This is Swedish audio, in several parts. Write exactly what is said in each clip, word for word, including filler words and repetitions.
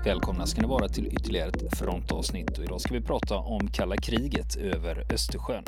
Välkomna ska ni vara till ytterligare ett frontavsnitt och idag ska vi prata om kalla kriget över Östersjön.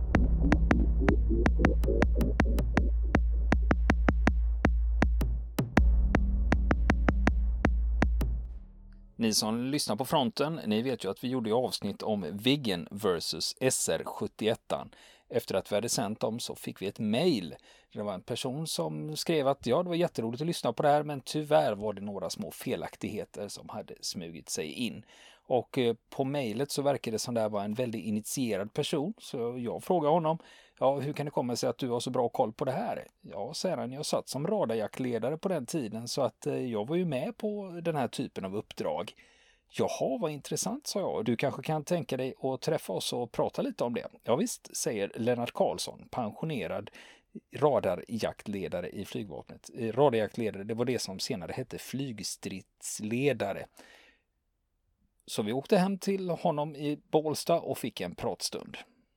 Ni som lyssnar på fronten, ni vet ju att vi gjorde avsnitt om Viggen versus S R sjuttioett. Efter att vi hade sänt dem så fick vi ett mejl. Det var en person som skrev att ja, det var jätteroligt att lyssna på det här, men tyvärr var det några små felaktigheter som hade smugit sig in. Och eh, på mejlet så verkade det som det var en väldigt initierad person, så jag frågade honom, ja, hur kan det komma sig att du har så bra koll på det här? Ja, säger han, jag satt som radarjaktledare på den tiden så att eh, jag var ju med på den här typen av uppdrag. Jaha, vad intressant, sa jag. Du kanske kan tänka dig att träffa oss och prata lite om det. Ja visst, säger Lennart Karlsson, pensionerad radarjaktledare i flygvapnet. Radarjaktledare, det var det som senare hette flygstridsledare. Så vi åkte hem till honom i Bålsta och fick en pratstund.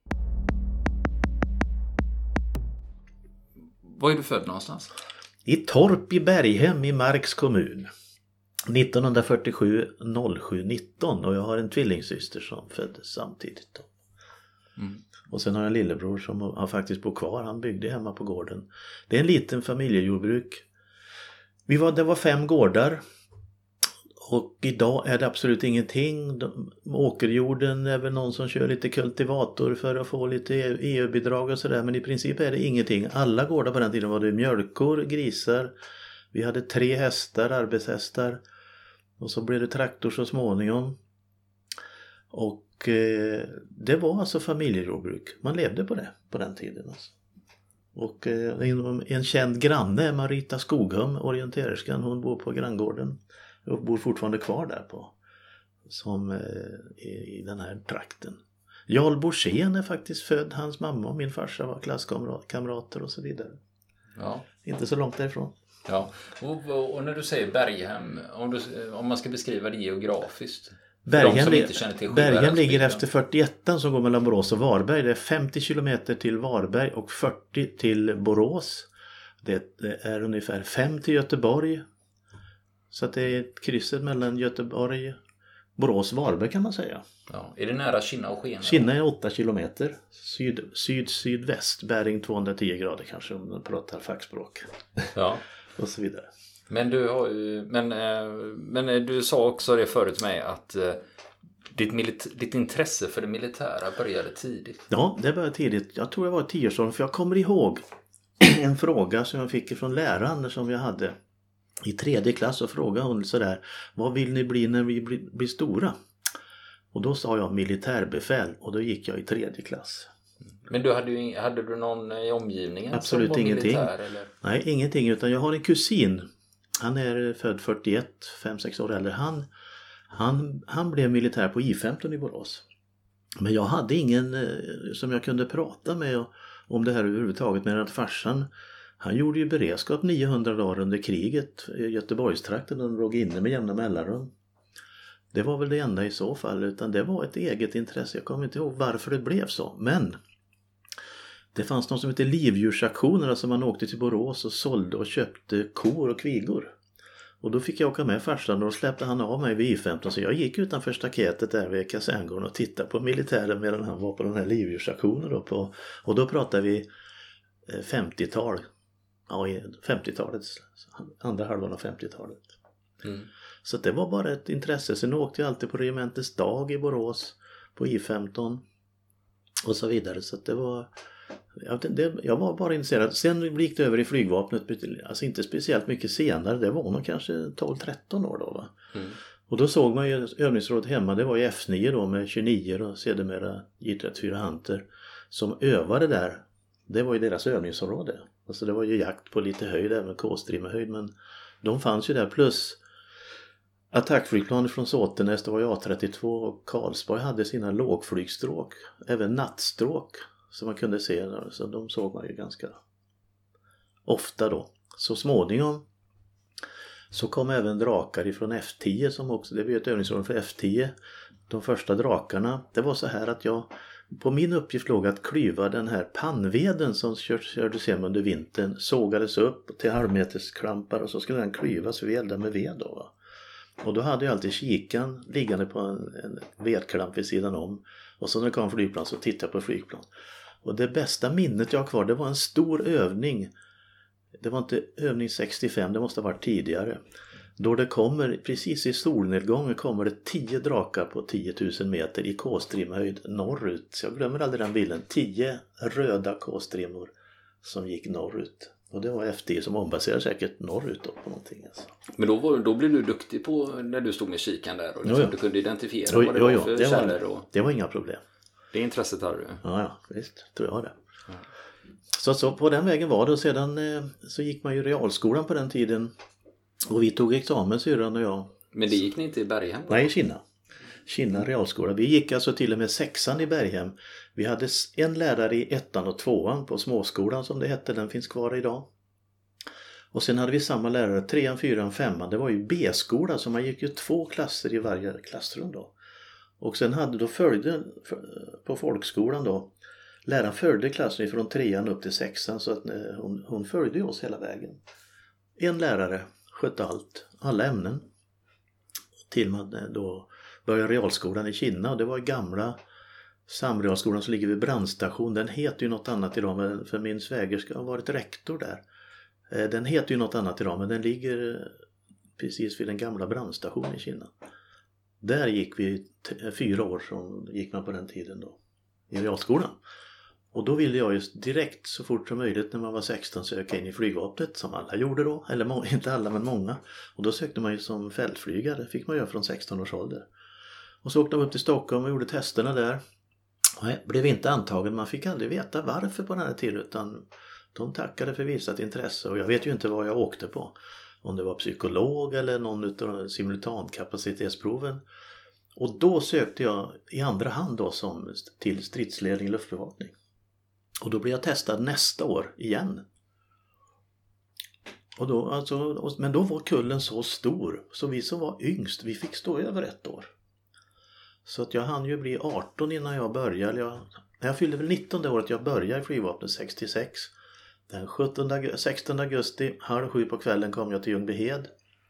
Var är du född någonstans? I Torp i Berghem i Marks kommun. nittonhundrafyrtiosju sju nitton och jag har en tvillingsyster som föddes samtidigt då. Mm. Och sen har jag en lillebror som har faktiskt bor kvar. Han byggde hemma på gården. Det är en liten familjejordbruk. Vi var, det var fem gårdar. Och idag är det absolut ingenting. De, åkerjorden är väl någon som kör lite kultivator för att få lite E U-bidrag och sådär. Men i princip är det ingenting. Alla gårdar på den tiden var det mjölkor, grisar. Vi hade tre hästar, arbetshästar. Och så blev det traktor så småningom. Och eh, det var alltså familjejordbruk. Man levde på det på den tiden. Alltså. Och eh, en, en känd granne, Marita Skoghum, orientererskan, hon bor på granngården. Och bor fortfarande kvar där på. Som eh, i, i den här trakten. Jarl Borssén är faktiskt född. Hans mamma och min farsa var klasskamrater och så vidare. Ja. Inte så långt därifrån. Ja, och, och när du säger Berghem, om, du, om man ska beskriva det geografiskt. Berghem, de inte känner till Berghem ligger efter fyrtioett som går mellan Borås och Varberg. Det är femtio kilometer till Varberg och fyrtio till Borås. Det, det är ungefär fem till Göteborg. Så att det är krysset mellan Göteborg, Borås och Varberg kan man säga. Ja. Är det nära Kinna och Skene? Kinna är åtta kilometer. Syd, syd, sydväst. Bäring tvåhundratio grader kanske om man pratar fackspråk. Ja. Och så vidare. Men du, har ju, men, men du sa också det förut med att ditt, milit, ditt intresse för det militära började tidigt. Ja, det började tidigt. Jag tror jag var tio år sedan, för jag kommer ihåg en fråga som jag fick från läraren som jag hade i tredje klass, och frågade hon sådär: vad vill ni bli när vi blir, blir stora? Och då sa jag militärbefäl, och då gick jag i tredje klass. Men du hade, ju, hade du någon i omgivningen Absolut som var ingenting. militär? Eller? Nej, ingenting, utan jag har en kusin. Han är född fyrtioett, fem sex år äldre. Han, han, han blev militär på I femton i Borås. Men jag hade ingen eh, som jag kunde prata med om det här överhuvudtaget, med att farsan, han gjorde ju beredskap niohundra dagar under kriget i Göteborgstrakten, och låg inne med jämna mellanrum. Det var väl det enda i så fall, utan det var ett eget intresse. Jag kommer inte ihåg varför det blev så, men det fanns något som heter livdjursaktioner, alltså man åkte till Borås och sålde och köpte kor och kvigor. Och då fick jag åka med farsan, och då släppte han av mig vid I femton, så jag gick utanför staketet där vid kaserngården och tittade på militären medan han var på den här livdjursaktionen då på, och då pratade vi femtiotal. Ja, femtiotalet, andra halvan av femtiotalet. Mm. Så det var bara ett intresse. Sen åkte jag alltid på regementets dag i Borås på I femton och så vidare. Så det var, jag, det, jag var bara intresserad. Sen gick det över i flygvapnet, alltså inte speciellt mycket senare. Det var nog kanske tolv tretton år då, va? Mm. Och då såg man ju övningsråd hemma. Det var ju F nio då med tjugonio och sedermera J trettiofyra Hunter som övade där. Det var ju deras övningsområde. Alltså det var ju jakt på lite höjd, även K-streamerhöjd, men de fanns ju där, plus attackflygplan från Såtenäs, det var ju A trettiotvå, och Karlsborg hade sina lågflygstråk, även nattstråk som man kunde se, så de såg man ju ganska ofta då. Så småningom så kom även drakar ifrån F tio, som också, det var ju ett övningsområde för F tio. De första drakarna, det var så här att jag på min uppgift låg att klyva den här pannveden som kördes hem under vintern, sågades upp till halvmeters klampar, och så skulle den klyvas, vi eldade med ved då, va? Och då hade jag alltid kikan liggande på en, en vedklamp vid sidan om. Och så när det kom flygplan så tittade jag på flygplan. Och det bästa minnet jag har kvar, det var en stor övning. Det var inte övning sextiofem, det måste ha varit tidigare. Då det kommer, precis i solnedgången kommer det tio drakar på tio tusen meter i K-strimhöjd norrut. Så jag glömmer aldrig den bilden. Tio röda K-strimmor som gick norrut. Och det var F D som ombaserade säkert norrut då på någonting. Alltså. Men då, var, då blev du duktig på när du stod med kikan där och liksom, jo, jo. du kunde identifiera jo, vad det jo, var jo. för det källor. Var, och... det var inga problem. Det intresset hade du? Ja, ja, visst. Tror jag det. Ja. Så, så på den vägen var det. Och sedan eh, så gick man ju realskolan på den tiden. Och vi tog examen, syrran och jag. Men det gick ni inte i Berghem? Nej, i Kina. Kina realskola. Vi gick alltså till och med sexan i Berghem. Vi hade en lärare i ettan och tvåan på småskolan som det hette. Den finns kvar idag. Och sen hade vi samma lärare, trean, fyran, femman. Det var ju B-skola, så man gick ju två klasser i varje klassrum då. Och sen hade då följde på folkskolan då. Läraren följde klassen från trean upp till sexan, så att hon, hon följde oss hela vägen. En lärare skötte allt, alla ämnen. Till man då började realskolan i Kina, och det var gamla samrealskolan som ligger vid brandstation. Den heter ju något annat idag, men för min svägerska har varit rektor där. Den heter ju något annat idag, men den ligger precis vid den gamla brandstationen i Kina. Där gick vi t- fyra år, som gick man på den tiden då, i realskolan. Och då ville jag just direkt så fort som möjligt när man var sexton söka in i flygvapnet, som alla gjorde då, eller må- inte alla men många. Och då sökte man ju som fältflygare, fick man göra från sexton års ålder. Och så åkte de upp till Stockholm och gjorde testerna där. Nej, blev inte antagen, man fick aldrig veta varför på den här tiden, utan de tackade för visat intresse. Och jag vet ju inte vad jag åkte på. Om det var psykolog eller någon av simultankapacitetsproven. Och då sökte jag i andra hand då som till stridsledning och luftbevakning. Och då blev jag testad nästa år igen. Och då, alltså, men då var kullen så stor, så vi som var yngst, vi fick stå över ett år. Så att jag hann ju bli arton innan jag började. Jag, jag fyllde väl nitton det året jag började i flygvapnet sextiosex. Den sjuttonde, sextonde augusti, halv sju på kvällen, kom jag till Ljungbyhed.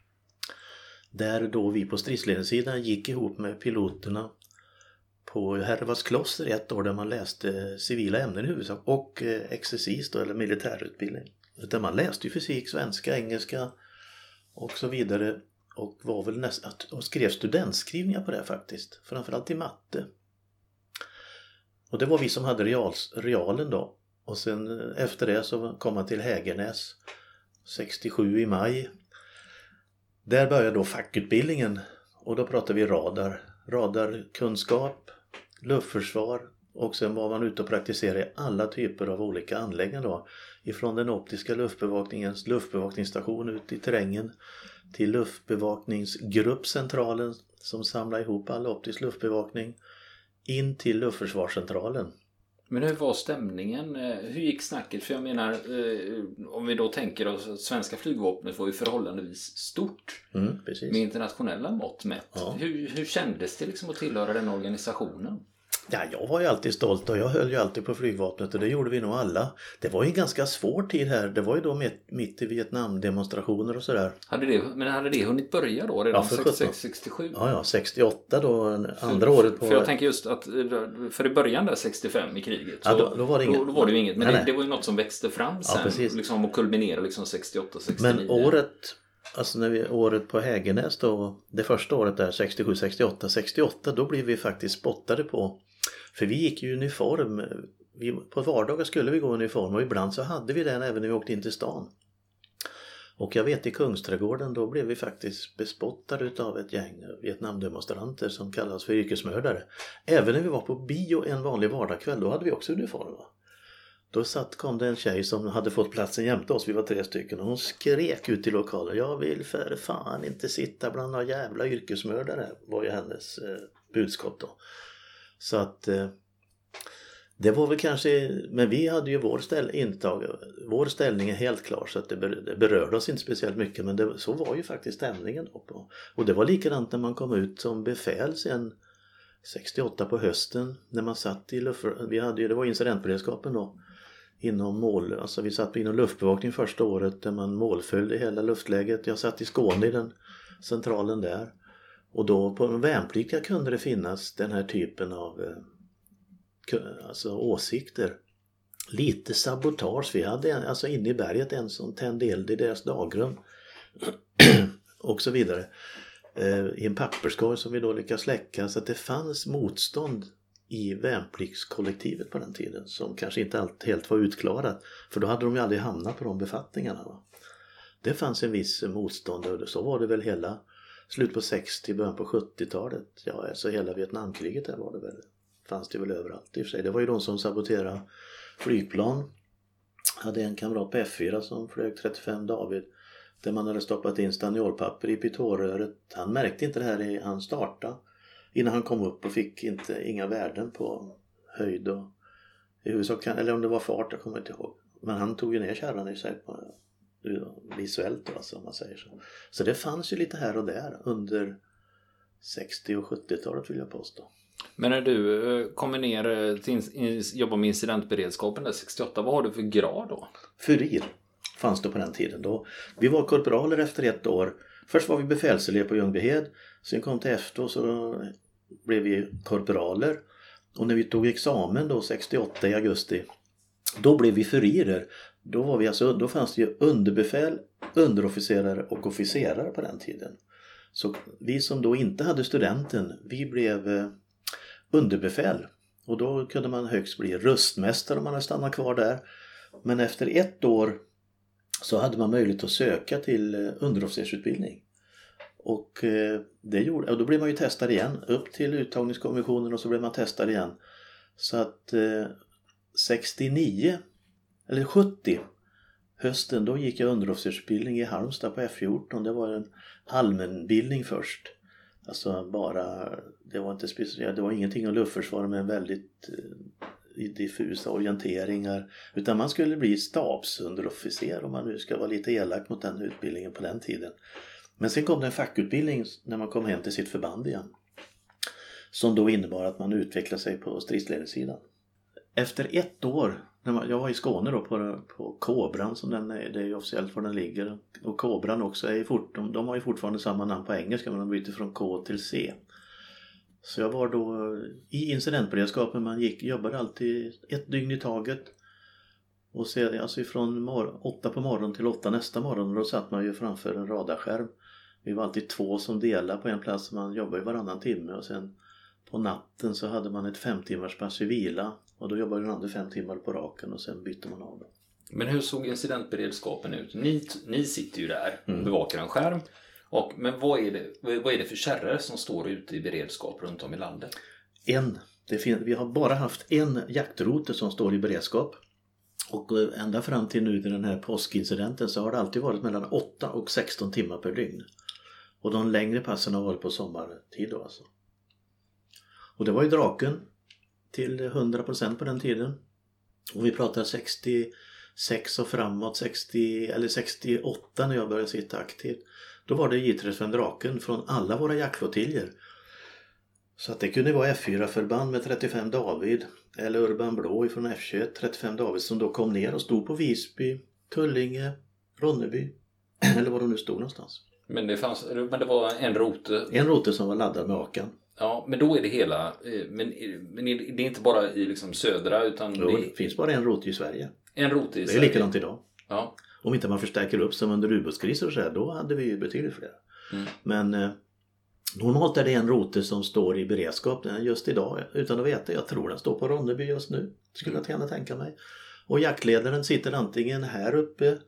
Där då vi på stridsledningssidan gick ihop med piloterna på Herrevadskloster ett år, där man läste civila ämnen i huvudsak och exercis då, eller militärutbildning. Utan man läste ju fysik, svenska, engelska och så vidare, och var väl nästan och skrev studentskrivningar på det faktiskt, framförallt i matte. Och det var vi som hade reals, realen då. Och sen efter det så kom man till Hägernäs sextiosju i maj. Där började då fackutbildningen, och då pratade vi radar, radarkunskap, luftförsvar, och sen var man ute och praktiserade i alla typer av olika anläggningar då. Ifrån den optiska luftbevakningens luftbevakningsstation ut i terrängen till luftbevakningsgruppcentralen som samlar ihop all optisk luftbevakning in till luftförsvarscentralen. Men hur var stämningen? Hur gick snacket? För jag menar, om vi då tänker oss att svenska flygvapnet var ju förhållandevis stort mm, precis. med internationella mått mätt. Ja. Hur, hur kändes det liksom att tillhöra den organisationen? Ja, jag var ju alltid stolt, och jag höll ju alltid på flygvapnet, och det gjorde vi nog alla. Det var ju en ganska svår tid här. Det var ju då mitt, mitt i Vietnam-demonstrationer och sådär. Hade det, men hade det hunnit börja då? Redan Ja, för sextiosex sextiosju? Ja, ja, sextioåtta då, andra för, året på... För jag tänker just att, för i början där sextiofem i kriget, så ja, då, då var det inget. Då, då var det ju inget. Men nej, det, nej. det var ju något som växte fram sen. Ja, liksom, och kulminerade liksom sextioåtta sextionio. Men året, alltså när vi, året på Hägernäs då, det första året där, sextiosju sextioåtta, sextioåtta, då blev vi faktiskt spottade på. För vi gick i uniform, vi, på vardagar skulle vi gå i uniform, och ibland så hade vi den även när vi åkte in till stan. Och jag vet i Kungsträdgården, då blev vi faktiskt bespottade utav ett gäng Vietnamdemonstranter som kallas för yrkesmördare. Även när vi var på bio en vanlig vardagskväll, då hade vi också uniform, va? Då satt, kom det en tjej som hade fått platsen jämte oss, vi var tre stycken, och hon skrek ut i lokalen: jag vill för fan inte sitta bland några jävla yrkesmördare, var ju hennes eh, budskap då. Så att eh, det var väl kanske, men vi hade ju vår, ställ, intag, vår ställning är helt klar, så att det, ber, det berörde oss inte speciellt mycket, men det, så var ju faktiskt stämningen då på. Och det var likadant när man kom ut som befäl sen sextioåtta på hösten, när man satt i luft, vi hade ju, det var incidentberedskapen då inom mål, alltså vi satt inom luftbevakning första året där man målföljde hela luftläget. Jag satt i Skåne i den centralen där. Och då på de värnpliktiga kunde det finnas den här typen av eh, alltså åsikter. Lite sabotage. Vi hade alltså inne i berget en som tände eld i deras dagrum. Och så vidare. Eh, I en papperskorg som vi då lyckades släcka. Så att det fanns motstånd i värnpliktskollektivet på den tiden. Som kanske inte allt helt var utklarat. För då hade de ju aldrig hamnat på de befattningarna. Va? Det fanns en viss motstånd. Och så var det väl hela slut på sextio, början på sjuttiotalet. Ja, alltså hela Vietnamkriget där var det väl. Fanns det väl överallt i och för sig. Det var ju de som saboterade flygplan. Hade en kamrat på F fyra som flög trettiofem David. Där man hade stoppat in staniolpapper i pitorröret. Han märkte inte det här i han starta. Innan han kom upp och fick inte, inga värden på höjd och i huvudsak, eller om det var fart, jag kommer inte ihåg. Men han tog ju ner kärran i sig på, visuellt då, alltså, om man säger så. Så det fanns ju lite här och där under sextio- och sjuttiotalet vill jag påstå. Men när du kommer ner till jobba med incidentberedskapen där sextioåtta, vad har du för grad då? Furir fanns det på den tiden då. Vi var korporaler efter ett år. Först var vi befälselev på Ljungbyhed. Sen kom till efter så blev vi korporaler. Och när vi tog examen då sextioåtta i augusti, då blev vi furirer. Då, var vi alltså, då fanns det ju underbefäl, underofficerare och officerare på den tiden. Så vi som då inte hade studenten, vi blev eh, underbefäl. Och då kunde man högst bli rustmästare om man hade stannat kvar där. Men efter ett år så hade man möjlighet att söka till eh, underofficersutbildning. Och eh, det gjorde, och då blev man ju testad igen. Upp till uttagningskommissionen och så blev man testad igen. Så att eh, sextionio eller sjuttio hösten, då gick jag underofficersutbildning i Halmstad på F fjorton. Det var en allmänbildning först. Alltså bara, det var inte speciellt, det var ingenting om luftförsvar med väldigt eh, diffusa orienteringar. Utan man skulle bli stabsunderofficer om man nu ska vara lite elak mot den utbildningen på den tiden. Men sen kom det en fackutbildning när man kom hem till sitt förband igen. Som då innebar att man utvecklade sig på stridsledningssidan. Efter ett år, när man, jag var i Skåne då på, på Kobran som den är, det är officiellt var den ligger. Och Kobran också, är fort, de, de har ju fortfarande samma namn på engelska men de byter från K till C. Så jag var då i incidentberedskapen, man gick, jobbade alltid ett dygn i taget. Och så, alltså från mor- åtta på morgonen till åtta nästa morgon, då satt man ju framför en radarskärm. Vi var alltid två som delade på en plats, man jobbade i varannan timme och sen på natten så hade man ett fem timmars pass i vila och då jobbade den andra fem timmar på raken och sen bytte man av. Men hur såg incidentberedskapen ut? Ni, ni sitter ju där och mm. bevakar en skärm. Och, men vad är, det, vad är det för kärror som står ute i beredskap runt om i landet? En. Det fin- vi har bara haft en jaktrote som står i beredskap. Och ända fram till nu till den här påskincidenten så har det alltid varit mellan åtta och sexton timmar per dygn. Och de längre passen har varit på sommartid då alltså. Och det var ju Draken till hundra procent på den tiden. Och vi pratar sextiosex och framåt, sextio eller sextioåtta när jag började sitta aktivt. Då var det J trettiofem Draken från alla våra jaktflottiljer. Så att det kunde vara F fyra-förband med trettiofem David eller Urban Blå från F tjugoett, trettiofem David som då kom ner och stod på Visby, Tullinge, Ronneby eller var de nu stod någonstans. Men det, fanns, men det var en rote? En rote som var laddad med Akan. Ja, men då är det hela, men, men det är inte bara i liksom södra utan... Jo, det, det finns bara en rote i Sverige. En rote i det Sverige. Det är likadant idag. Ja. Om inte man förstärker upp som under ubåtskriser och så här, då hade vi ju betydligt fler. Mm. Men eh, normalt är det en rote som står i beredskap just idag, utan att veta. Jag tror den står på Ronneby just nu, skulle jag gärna tänka mig. Och jaktledaren sitter antingen här uppe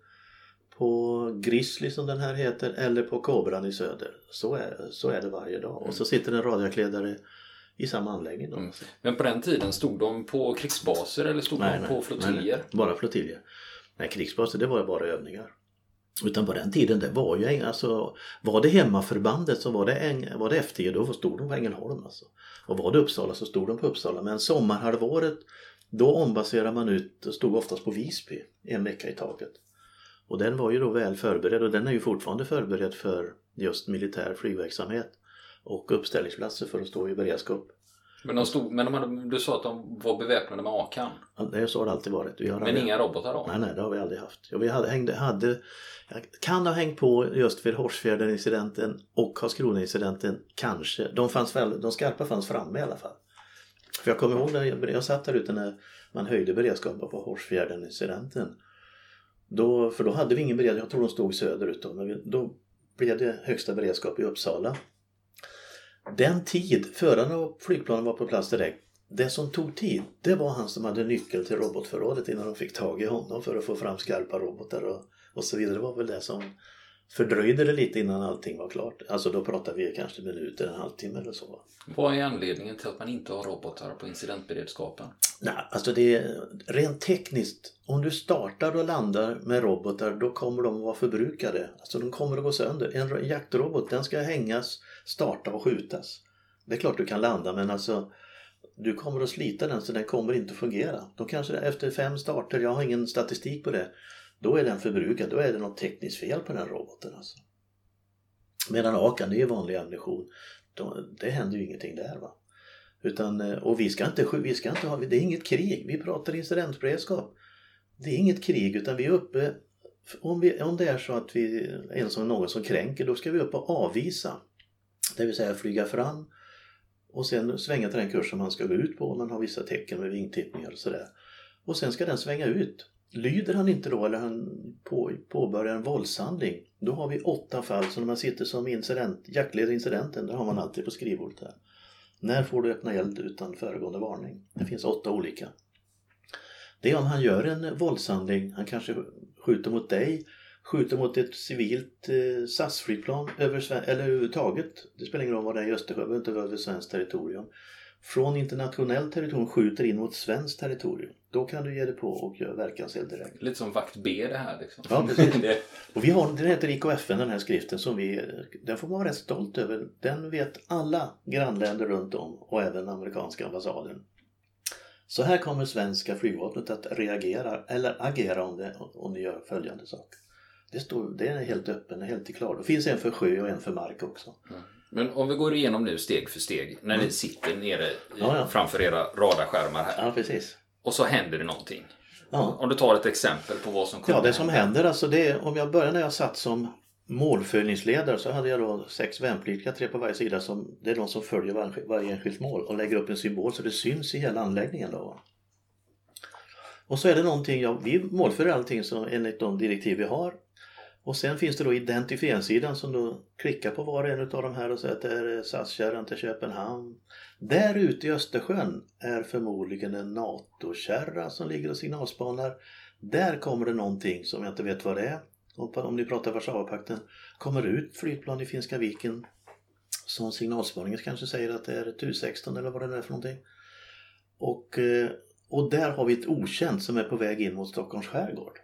på Grizzly som den här heter eller på Kobran i söder. Så är, så är det varje dag. Och så sitter en radiojaktledare i samma anläggning. Då. Mm. Men på den tiden stod de på krigsbaser eller stod nej, de nej, på flottiljer? Nej, bara flottiljer. Nej, krigsbaser det var bara övningar. Utan på den tiden det var ju alltså, var det hemmaförbandet så var det, en, var det F tio då stod de på Ängelholm alltså. Och var det Uppsala så stod de på Uppsala. Men sommarhalvåret då ombaserar man ut och stod oftast på Visby en vecka i taget. Och den var ju då väl förberedd och den är ju fortfarande förberedd för just militär flygverksamhet och uppställningsplatser för att stå i beredskap. Men, de stod, men de, du sa att de var beväpnade med A K. Det har det alltid varit. Vi har men aldrig... inga robotar då? Nej, nej, det har vi aldrig haft. Ja, vi hade, hängde, hade, jag kan ha hängt på just för Horsfjärden-incidenten och Karlskrona-incidenten, kanske. De, fanns väl, de skarpa fanns framme i alla fall. För jag kommer ihåg när jag, jag satt där ute när man höjde beredskapen på Horsfjärden-incidenten. Då, för då hade vi ingen beredskap, jag tror de stod söderut då, men vi, då blev det högsta beredskap i Uppsala. Den tid, förarna och flygplanen var på plats direkt. Det som tog tid, det var han som hade nyckel till robotförrådet innan de fick tag i honom för att få fram skarpa robotar och, och så vidare. Det var väl det som fördröjde det lite innan allting var klart. Alltså då pratar vi kanske minuter, en halvtimme eller så. Vad är anledningen till att man inte har robotar på incidentberedskapen? Nej, alltså det är rent tekniskt. Om du startar och landar med robotar, då kommer de att vara förbrukade. Alltså de kommer att gå sönder. En jaktrobot, den ska hängas, starta och skjutas. Det är klart du kan landa, men alltså du kommer att slita den så den kommer inte att fungera. Då kanske efter fem starter, jag har ingen statistik på det, då är den förbrukad. Då är det något tekniskt fel på den roboten. Alltså. Medan A K, det är vanlig ammunition. Då, det händer ju ingenting där, va. Utan, och vi ska inte, vi ska inte ha, det är inget krig. Vi pratar incidentberedskap. Det är inget krig, utan vi är uppe, om, vi, om det är så att vi är en som någon som kränker, då ska vi upp och avvisa. Det vill säga flyga fram och sen svänga till den kurs som man ska gå ut på. Man har vissa tecken med vingtippningar och sådär. Och sen ska den svänga ut. Lyder han inte då, eller han på, påbörjar en våldshandling, då har vi åtta fall. Så när man sitter som incident, jaktlederincidenten, där har man alltid på skrivbordet där. När får du öppna eld utan föregående varning? Det finns åtta olika. Det är om han gör en våldshandling, han kanske skjuter mot dig, skjuter mot ett civilt eh, S A S-flygplan över, eller överhuvudtaget. Det spelar ingen roll vad det är i Östersjön, inte över svenskt territorium. Från internationellt territorium skjuter in mot svenskt territorium. Då kan du ge det på och göra verkanseld direkt. Lite som vakt B det här liksom. Ja, precis. Och vi har, den heter I K F N, den här skriften, som vi, den får man vara rätt stolt över. Den vet alla grannländer runt om och även amerikanska ambassaden. Så här kommer svenska flygvapnet att reagera eller agera om det, om det gör följande sak. Det, står, det är helt öppen, helt klar. Det finns en för sjö och en för mark också. Mm. Men om vi går igenom nu steg för steg, när mm. ni sitter nere i, ja, ja. framför era radarskärmar här. Ja, precis. Och så händer det någonting. Ja. Om du tar ett exempel på vad som kommer Ja, det som händer, alltså det, om jag börjar när jag satt som målföljningsledare, så hade jag då sex värnpliktiga, tre på varje sida, som, det är de som följer varje, varje enskilt mål och lägger upp en symbol så det syns i hela anläggningen då. Och så är det någonting, ja, vi målföljer allting som enligt de direktiv vi har. Och sen finns det då identifieringssidan som då klickar på var och en av de här och säger att det är S A S-kärran till Köpenhamn. Där ute i Östersjön är förmodligen en NATO-kärra som ligger och signalspanar. Där kommer det någonting som jag inte vet vad det är. Om ni pratar Warszawapakten, kommer ut flygplan i Finska viken som signalspaningen kanske säger att det är ett U sexton eller vad det är för någonting. Och, och där har vi ett okänt som är på väg in mot Stockholms skärgård.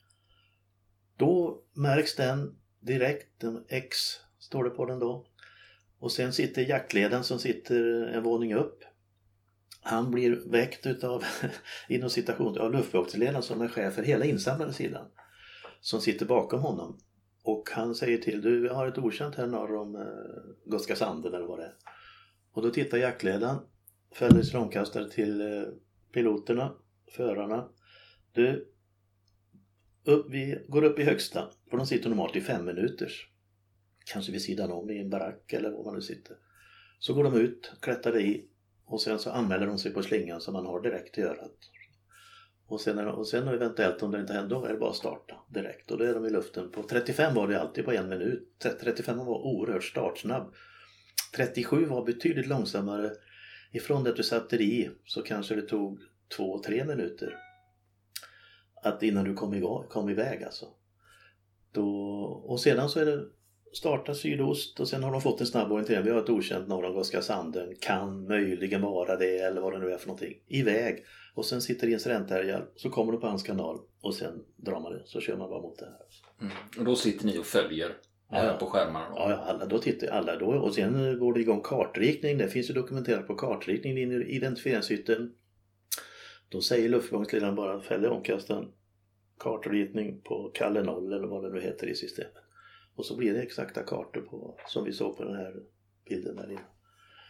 Då märks den direkt, en X står det på den då. Och sen sitter jaktledaren som sitter en våning upp. Han blir väckt utav, inom citation, av luftbevakningsledaren som är chef för hela insamlade sidan. Som sitter bakom honom. Och han säger till, du har ett okänt här norr om eh, Gotska sanden eller vad det är. Och då tittar jaktledaren, fäller sin omkastare till eh, piloterna, förarna. Du, upp, vi går upp i högsta, för de sitter normalt i fem minuters. Kanske vid sidan om i en barack eller var man nu sitter. Så går de ut, klättrar i och sen så anmäler de sig på slingan som man har direkt i örat. Och sen, och sen eventuellt om det inte händer, då är det bara att starta direkt. Och då är de i luften. På trettiofem var det alltid på en minut. trettiofem var oerhört startsnabb. trettiosju var betydligt långsammare. Ifrån det att du satte i så kanske det tog två, tre minuter. Att innan du kom, igång, kom iväg alltså. Då, och sedan så är det starta sydost och sen har de fått en snabb orientering. Vi har ett okänt norr om Gotska sanden. Kan möjligen vara det eller vad det nu är för någonting. Iväg. Och sen sitter incidenthärjar. Så kommer de på hans kanal. Och sen drar man det. Så kör man bara mot det här. Mm. Och då sitter ni och följer ja, ja. på skärmarna då? Ja, alla, då tittar alla då. Och sen går det igång kartritning. Det finns ju dokumenterat på kartritning i identifieringshytten. Då säger luftbevakningsledaren bara fäller omkasten. Kartritning på Kalle noll eller vad det nu heter i systemet. Och så blir det exakta kartor på, som vi såg på den här bilden där inne.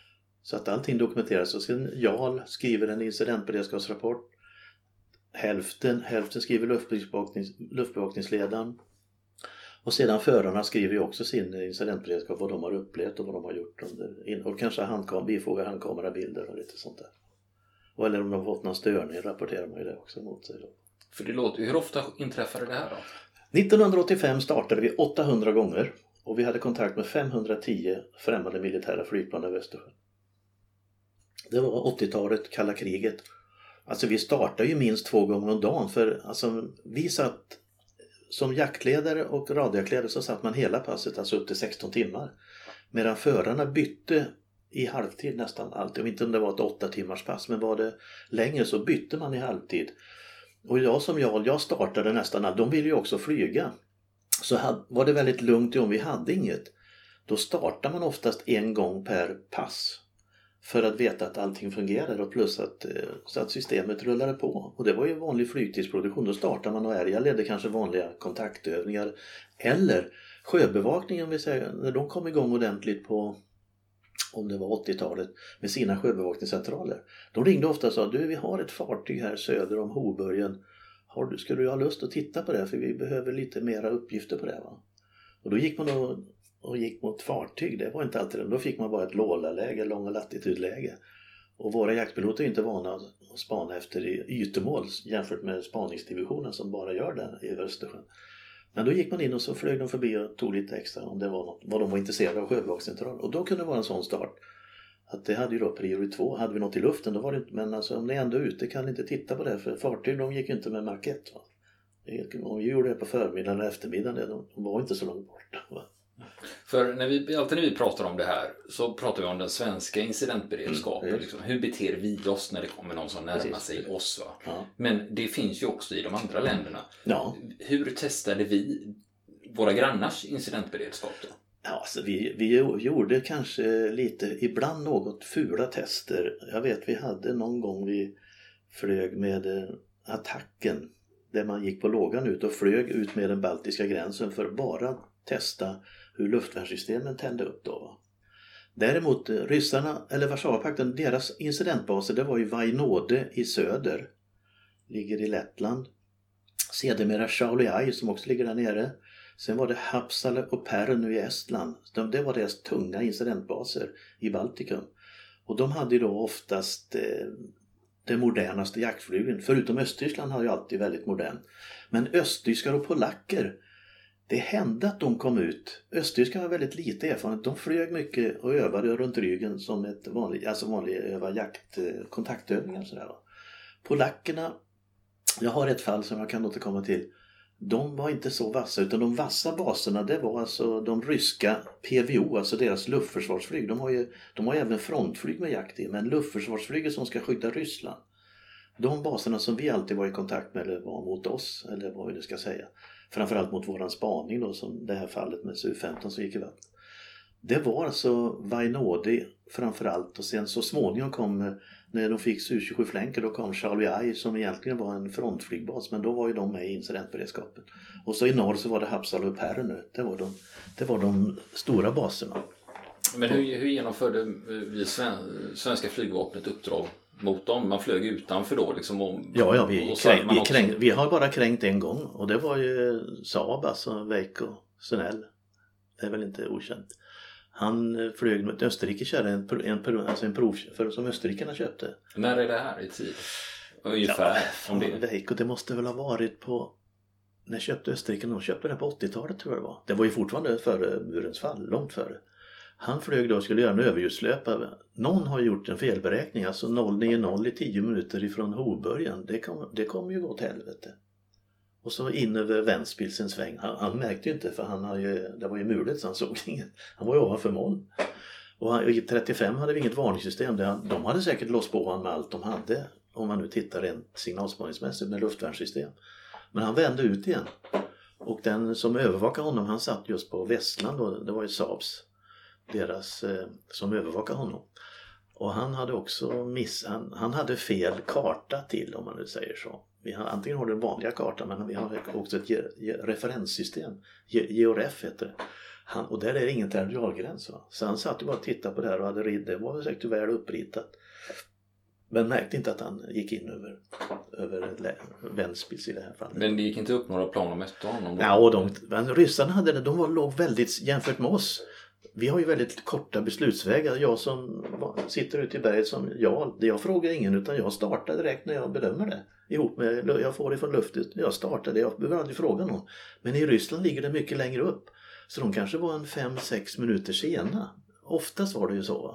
Så att allting dokumenteras. Och sen Jarl skriver en incidentberedskapsrapport. Hälften, hälften skriver luftbevaknings, luftbevakningsledaren. Och sedan förarna skriver ju också sin incidentberedskap, vad de har upplevt och vad de har gjort. Under, och kanske handkam, bifogar handkamerabilder och lite sånt där. Och eller om de har fått någon störning rapporterar man ju det också mot sig. Då. För det låter, hur ofta inträffade det här då? nittonhundraåttiofem startade vi åttahundra gånger och vi hade kontakt med femhundratio främmande militära flygplan över Östersjön. Det var åttiotalet, kalla kriget. Alltså vi startade ju minst två gånger om dagen för alltså, vi satt som jaktledare och radiojaktledare så satt man hela passet, alltså upp till sexton timmar. Medan förarna bytte i halvtid nästan alltid. Jag vet inte om det var ett åtta timmars pass, men var det längre så bytte man i halvtid. Och jag som jag, jag startade nästan allt. De ville ju också flyga. Så hade, var det väldigt lugnt om vi hade inget. Då startar man oftast en gång per pass. För att veta att allting fungerar och plus att, så att systemet rullade på. Och det var ju vanlig flygtidsproduktion. Då startar man och är. Jag ledde kanske vanliga kontaktövningar. Eller sjöbevakningen, vill säga, när de kom igång ordentligt på, om det var åttiotalet, med sina sjöbevakningscentraler. De ringde ofta och sa, du vi har ett fartyg här söder om Hoburgen. Har du, ska du ha lust att titta på det? För vi behöver lite mera uppgifter på det. Va? Och då gick man och, och gick mot fartyg. Det var inte alltid det. Då fick man bara ett lålaläge, långa latitudläge. Och våra jaktpiloter är inte vana att spana efter yttermål jämfört med spaningsdivisionen som bara gör det i Östersjön. Men då gick man in och så flög de förbi och tog lite extra om det var något, vad de var intresserade av sjöbevakningscentral. Och då kunde det vara en sån start. Att det hade ju då priori två. Hade vi något i luften då var det inte, men alltså om ni är ändå ute kan ni inte titta på det. För fartyg de gick inte med Mach ett. Va? Om vi gjorde det på förmiddagen eller eftermiddagen, de var inte så långt bort. Va? För när vi, alltid när vi pratar om det här så pratar vi om den svenska incidentberedskapen. Mm, liksom. Hur beter vi oss när det kommer någon som närmar Precis. sig oss? Va? Ja. Men det finns ju också i de andra länderna. Ja. Hur testade vi våra grannars incidentberedskap då? Ja, alltså vi, vi gjorde kanske lite, ibland något fula tester. Jag vet vi hade någon gång vi flög med attacken där man gick på lågan ut och flög ut med den baltiska gränsen för att bara testa hur luftvärnssystemen tände upp då. Va? Däremot ryssarna, eller Warszawapakten, deras incidentbaser det var ju Vainode i söder. Ligger i Lettland. Sedermera Šiauliai som också ligger där nere. Sen var det Haapsalu och Pärnu i Estland. De, det var deras tunga incidentbaser i Baltikum. Och de hade ju då oftast eh, det modernaste jaktflygen. Förutom Östtyskland hade ju alltid väldigt modern. Men östtyskar och polacker, det hände att de kom ut. Östtyskar har väldigt lite erfarenhet. De flög mycket och övade runt ryggen som ett vanligt, alltså vanlig öva jakt, kontaktövningar. Sådär. Polackerna, jag har ett fall som jag kan återkomma till. De var inte så vassa utan de vassa baserna det var alltså de ryska P V O, alltså deras luftförsvarsflyg. De har ju, de har ju även frontflyg med jakt i, men luftförsvarsflyget som ska skydda Ryssland. De baserna som vi alltid var i kontakt med eller var mot oss, eller vad vi nu ska säga. Framförallt mot våran spaning då, som det här fallet med S U femton som gick i vatten. Det var alltså Vainode framförallt och sen så småningom kom, när de fick S U tjugosju flänker, då kom Šiauliai som egentligen var en frontflygbas, men då var ju de med i incidentberedskapen. Och så i norr så var det Haapsalu och Pärnu, det var de, det var de stora baserna. Men hur, hur genomförde vi svenska flygvapnet uppdrag mot dem? Man flög utanför då liksom om, ja, ja, vi, kräng, vi, också... kräng, vi har bara kränkt en gång och det var ju Saab, alltså Veikko Sundell. Det är väl inte okänt. Han flög med Österrike en, en, alltså en prov för, som österrikarna köpte. När är det här i tid? Ungefär. Ja, om det... Veikko, det måste väl ha varit på, när köpte österrikarna? De köpte det på åttiotalet tror jag det var. Det var ju fortfarande före murens fall, långt före. Han flög då och skulle göra en överljudslöpa. Någon har gjort en felberäkning, alltså noll nio noll i tio minuter ifrån Hoburgen. Det kommer det kom ju gå till helvete. Och så in över Ventspilsen sväng. Han, han märkte ju inte för han har ju, det var ju mulet så han såg inget. Han var ju ovanför moln. Och i trettiofem hade vi inget varningssystem. De hade säkert låst på honom med allt de hade. Om man nu tittar rent signalspaningsmässigt med luftvärnssystem. Men han vände ut igen. Och den som övervakade honom, han satt just på Västland. Och det var ju Saabs, deras, eh, som övervakade honom. Och han hade också miss, han, han hade fel karta till, om man nu säger så. Vi har, antingen har den vanliga kartan, men vi har också ett ge, ge, referenssystem. Ge, Georef heter det. Han, och där är det ingen territorialgräns. Va? Så han satt ju bara och tittade på det här och hade rid, det var säkert väl uppritat. Men märkte inte att han gick in över, över Ventspils i det här fallet. Men det gick inte upp några plan och mötte honom? Ja, och de, men ryssarna hade det, de var, låg väldigt, jämfört med oss. Vi har ju väldigt korta beslutsvägar. Jag som sitter ute i berget som jag, jag frågar ingen, utan jag startar direkt när jag bedömer det. Ihop med, jag får det från luften, jag startar det, jag behöver aldrig fråga någon. Men i Ryssland ligger det mycket längre upp. Så de kanske var en fem sex minuter sena. Oftast var det ju så.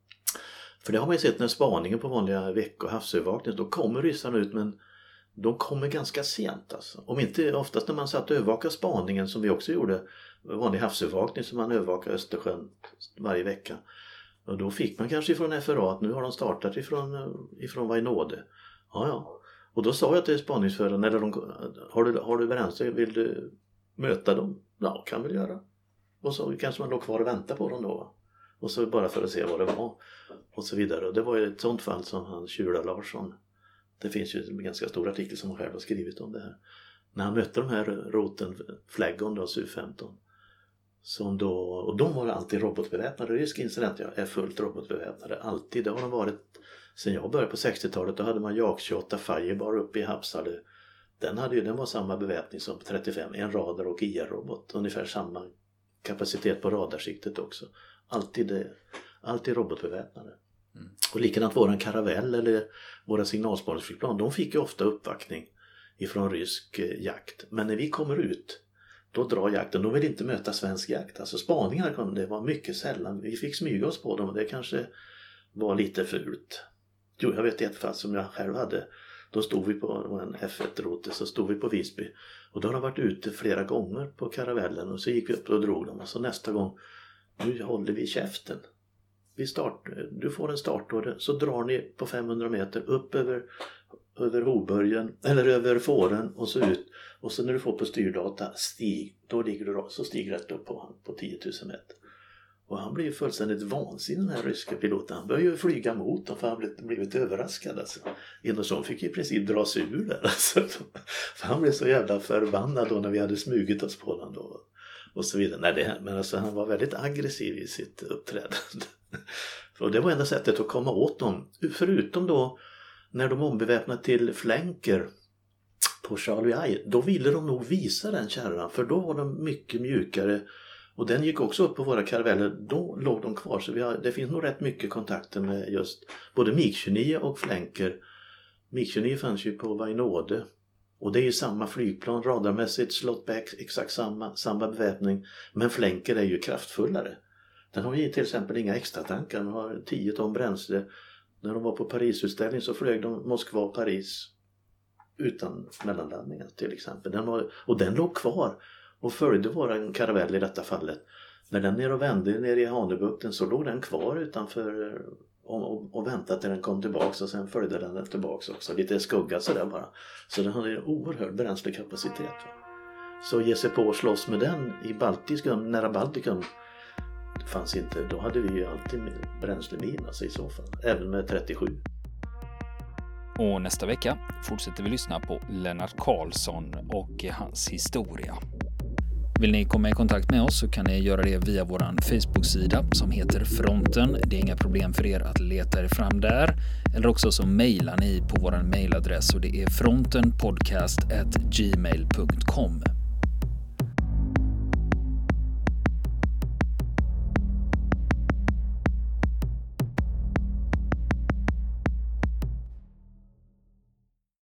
För det har man ju sett när spaningen på vanliga veck- och havsövervakning, då kommer ryssarna ut, men de kommer ganska sent alltså. Om inte, oftast när man satt och övervakade spaningen, som vi också gjorde, vanlig havsövervakning som man övervakar Östersjön varje vecka. Och då fick man kanske ifrån F R A att nu har de startat ifrån, ifrån Vajnode. Ja, ja. Och då sa jag till spaningsföraren, eller de, har du, har du bränsle, vill du möta dem? Ja, kan vi göra. Och så kanske man låg kvar och vänta på dem då. Och så bara för att se vad det var. Och så vidare. Och det var ju ett sånt fall som han Tjura Larsson. Det finns ju en ganska stor artikel som han själv har skrivit om det här. När han mötte de här roten, Flaggon då, S U femton. Som då, och de var alltid robotbeväpnade. Rysk incident, ja, är fullt robotbeväpnade. Alltid, det har de varit sen jag började på sextiotalet. Då hade man Jak tjugoåtta Firebar uppe i Hapsale. Den, hade ju, den var samma beväpning som trettiofem. En radar och I R-robot. Ungefär samma kapacitet på radarsiktet också. Alltid, alltid robotbeväpnade. Mm. Och likadant våran Caravelle eller våra signalspaningsflygplan, de fick ju ofta uppvaktning ifrån rysk jakt. Men när vi kommer ut, då drar jakten. De vill inte möta svensk jakt. Alltså spaningar kom, det var mycket sällan. Vi fick smyga oss på dem och det kanske var lite fult. Jo, jag vet ett fall som jag själv hade. Då stod vi på en F ett-rote, så stod vi på Visby. Och då har de varit ute flera gånger på Karavellen. Och så gick vi upp och drog dem. Och så nästa gång, nu håller vi käften. Vi start, du får en startorder, så drar ni på femhundra meter upp över, över Hoburgen, eller över Fåren och så ut. Och så när du får på styrdata, stig, då ligger du så stig rätt upp på han på tio tusen meter. Och han blev ju fullständigt vansinnig, den här ryska piloten. Han började ju flyga mot dem för han blev blivit överraskad. Alltså. Innorsson fick i princip dra sig ur där. Alltså. För han blev så jävla förbannad då när vi hade smugit oss på den då. Och så vidare. Nej, det, men alltså, han var väldigt aggressiv i sitt uppträdande. Och det var enda sättet att komma åt dem. Förutom då när de ombeväpnade till flanker på Charlie, då ville de nog visa den kärran. För då var de mycket mjukare. Och den gick också upp på våra karaveller. Då låg de kvar. Så vi har, det finns nog rätt mycket kontakter med just både MiG tjugonio och flanker. MiG tjugonio fanns ju på Vajnode. Och det är ju samma flygplan, radarmässigt, slotback, exakt samma, samma beväpning. Men flanker är ju kraftfullare. Den har ju till exempel inga extra tankar. Den har tio ton bränsle. När de var på Parisutställning så flög de Moskva och Paris utan mellanlandningar till exempel. Den var, och den låg kvar och följde våran karavell i detta fallet. När den ner och vände ner i Hanöbukten så låg den kvar utanför och, och, och väntade till den kom tillbaks, och sen följde den tillbaks också. Lite skugga sådär bara. Så den hade en oerhörd bränslekapacitet. Va? Så ge sig på och slåss med den i Baltikum, nära Baltikum, fanns inte. Då hade vi ju alltid bränslemin alltså i så fall. Även med trettiosju. Och nästa vecka fortsätter vi lyssna på Lennart Karlsson och hans historia. Vill ni komma i kontakt med oss så kan ni göra det via vår Facebook-sida som heter Fronten. Det är inga problem för er att leta er fram där. Eller också så mejlar ni på vår mejladress och det är frontenpodcast at gmail punkt com.